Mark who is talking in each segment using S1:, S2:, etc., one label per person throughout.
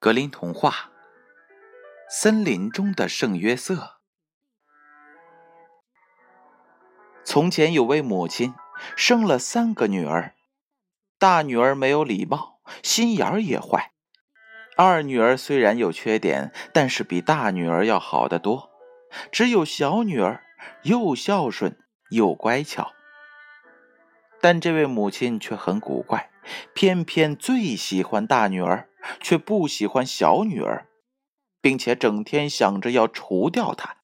S1: 格林童话，森林中的圣约瑟。从前有位母亲生了3个女儿，大女儿没有礼貌，心眼儿也坏。二女儿虽然有缺点，但是比大女儿要好得多。只有小女儿又孝顺又乖巧。但这位母亲却很古怪，偏偏最喜欢大女儿，却不喜欢小女儿，并且整天想着要除掉她。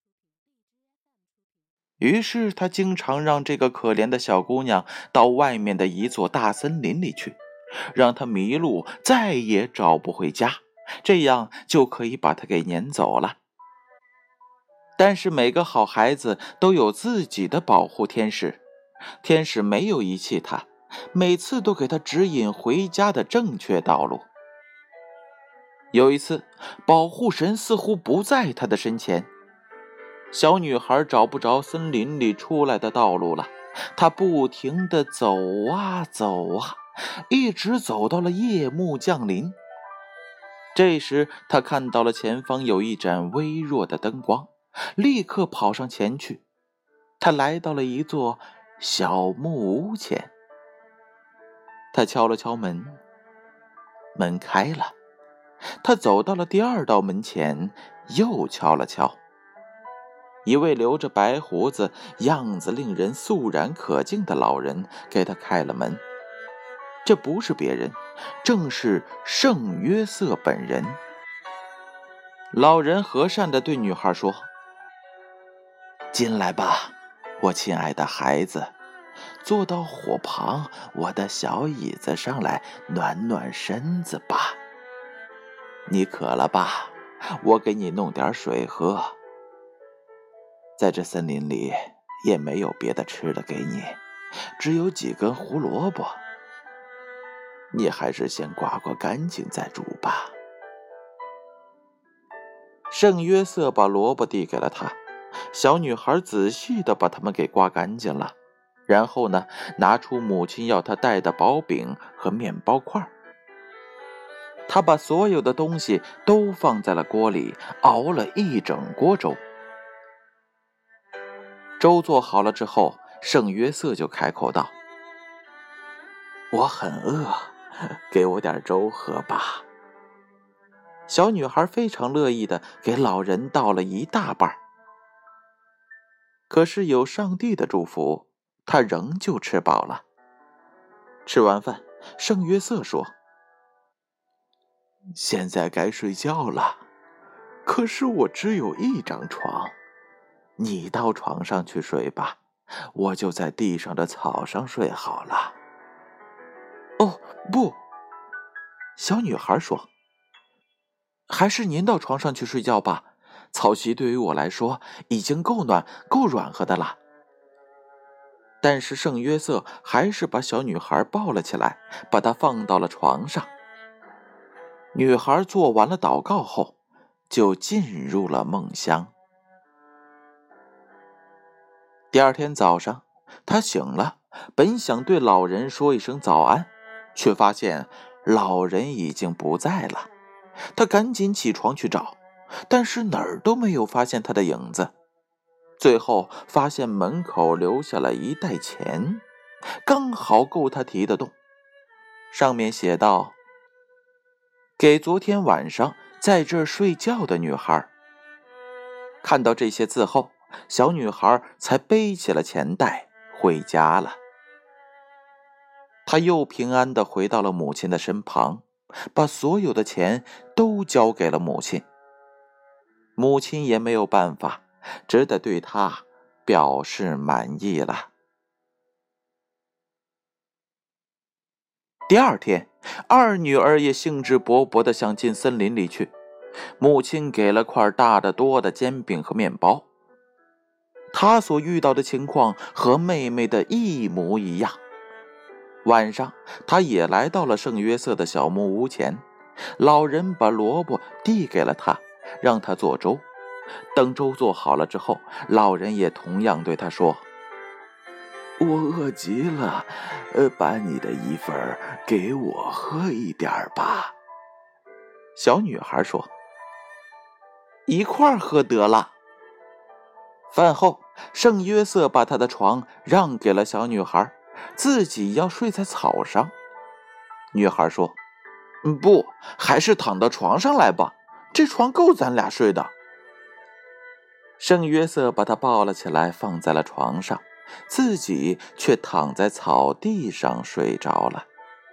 S1: 于是她经常让这个可怜的小姑娘到外面的一座大森林里去，让她迷路，再也找不回家，这样就可以把她给撵走了。但是每个好孩子都有自己的保护天使，天使没有遗弃他，每次都给他指引回家的正确道路。有一次，保护神似乎不在他的身前，小女孩找不着森林里出来的道路了，她不停地走啊走啊，一直走到了夜幕降临。这时她看到了前方有一盏微弱的灯光，立刻跑上前去。她来到了一座小木屋前，她敲了敲门，门开了。她走到了第2道门前，又敲了敲。一位留着白胡子、样子令人肃然可敬的老人给她开了门。这不是别人，正是圣约瑟本人。老人和善地对女孩说：“进来吧，我亲爱的孩子，坐到火旁我的小椅子上来暖暖身子吧。你渴了吧？我给你弄点水喝。在这森林里也没有别的吃的给你，只有几根胡萝卜。你还是先刮刮干净再煮吧。”圣约瑟把萝卜递给了他，小女孩仔细地把它们给刮干净了，然后呢，拿出母亲要她带的薄饼和面包块。她把所有的东西都放在了锅里，熬了一整锅粥。粥做好了之后，圣约瑟就开口道：“我很饿，给我点粥喝吧。”小女孩非常乐意地给老人倒了一大半。可是有上帝的祝福，她仍旧吃饱了。吃完饭，圣约瑟说：“现在该睡觉了，可是我只有一张床，你到床上去睡吧，我就在地上的草上睡好了。”“哦，不！”小女孩说，“还是您到床上去睡觉吧，草席对于我来说已经够暖够软和的了。”但是圣约瑟还是把小女孩抱了起来，把她放到了床上。女孩做完了祷告后，就进入了梦乡。第2天早上，她醒了，本想对老人说一声早安，却发现老人已经不在了。她赶紧起床去找，但是哪儿都没有发现他的影子。最后发现门口留下了一袋钱，刚好够他提得动。上面写道：“给昨天晚上在这儿睡觉的女孩。”看到这些字后，小女孩才背起了钱袋回家了。她又平安地回到了母亲的身旁，把所有的钱都交给了母亲。母亲也没有办法，只得对她表示满意了。第2天，二女儿也兴致勃勃地想进森林里去。母亲给了块大得多的煎饼和面包。她所遇到的情况和妹妹的一模一样。晚上，她也来到了圣约瑟的小木屋前，老人把萝卜递给了她，让她做粥。等粥做好了之后，老人也同样对她说：“我饿极了，把你的一份给我喝一点吧。” 小女孩说：“一块儿喝得了。”饭后，圣约瑟把他的床让给了小女孩，自己要睡在草上。女孩说：“不，还是躺到床上来吧，这床够咱俩睡的。”圣约瑟把她抱了起来，放在了床上，自己却躺在草地上睡着了。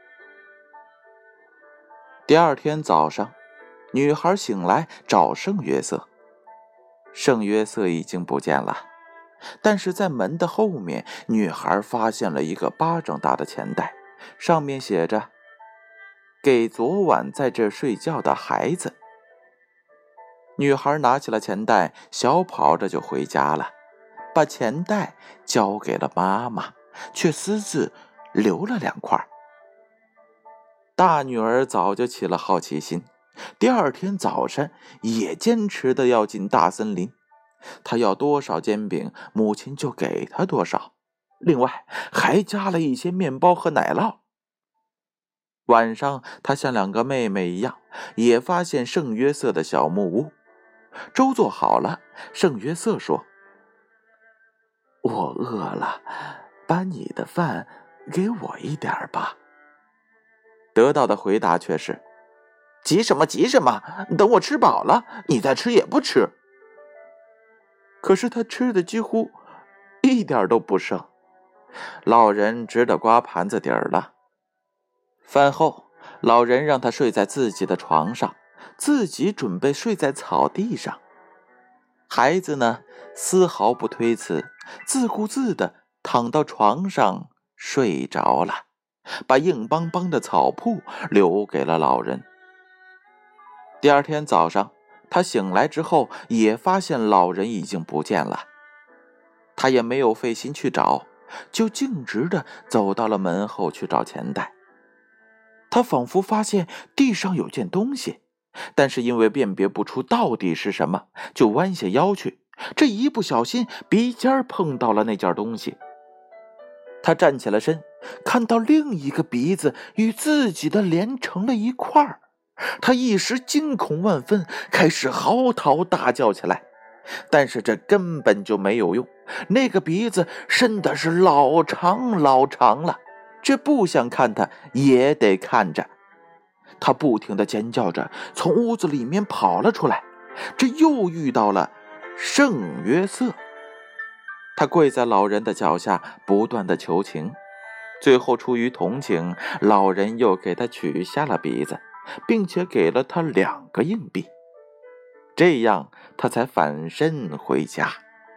S1: 第二天早上，女孩醒来找圣约瑟，圣约瑟已经不见了，但是在门的后面，女孩发现了一个巴掌大的钱袋，上面写着：“给昨晚在这睡觉的孩子。”女孩拿起了钱袋，小跑着就回家了，把钱袋交给了妈妈，却私自留了2块。大女儿早就起了好奇心，第二天早晨也坚持的要进大森林。她要多少煎饼，母亲就给她多少，另外还加了一些面包和奶酪。晚上，她像2个妹妹一样，也发现圣约瑟的小木屋。粥做好了，圣约瑟说：“我饿了，把你的饭给我一点吧。”得到的回答却是：“急什么急什么，等我吃饱了，你再吃也不吃。”可是他吃的几乎一点都不剩，老人只得刮盘子底儿了。饭后，老人让他睡在自己的床上，自己准备睡在草地上。孩子呢，丝毫不推辞，自顾自地躺到床上睡着了，把硬邦邦的草铺留给了老人。第二天早上，他醒来之后，也发现老人已经不见了。他也没有费心去找，就径直地走到了门后去找钱袋。他仿佛发现地上有件东西，但是因为辨别不出到底是什么，就弯下腰去，这一不小心鼻尖碰到了那件东西。他站起了身，看到另一个鼻子与自己的连成了一块儿，他一时惊恐万分，开始嚎啕大叫起来。但是这根本就没有用，那个鼻子伸的是老长老长了，这不想看他也得看着。他不停地尖叫着从屋子里面跑了出来，这又遇到了圣约瑟。他跪在老人的脚下不断地求情，最后出于同情，老人又给他取下了鼻子，并且给了他2个硬币，这样他才返身回家。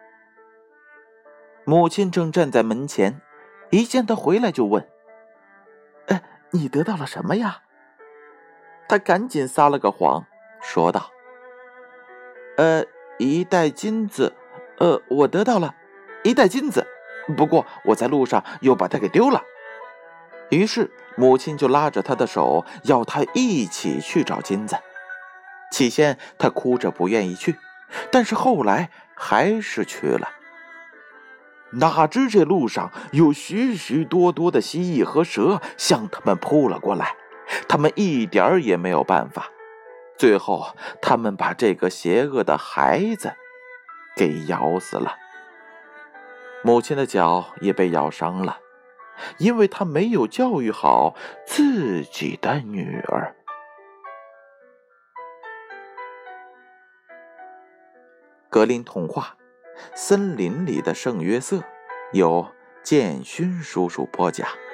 S1: 母亲正站在门前，一见他回来就问：“你得到了什么呀？”他赶紧撒了个谎，说道：“一袋金子，我得到了1袋金子，不过我在路上又把它给丢了。”于是母亲就拉着他的手，要他一起去找金子。起先他哭着不愿意去，但是后来还是去了。哪知这路上有许许多多的蜥蜴和蛇向他们扑了过来，他们一点儿也没有办法。最后他们把这个邪恶的孩子给咬死了。母亲的脚也被咬伤了，因为她没有教育好自己的女儿。格林童话《森林里的圣约瑟》由建勋叔叔播讲。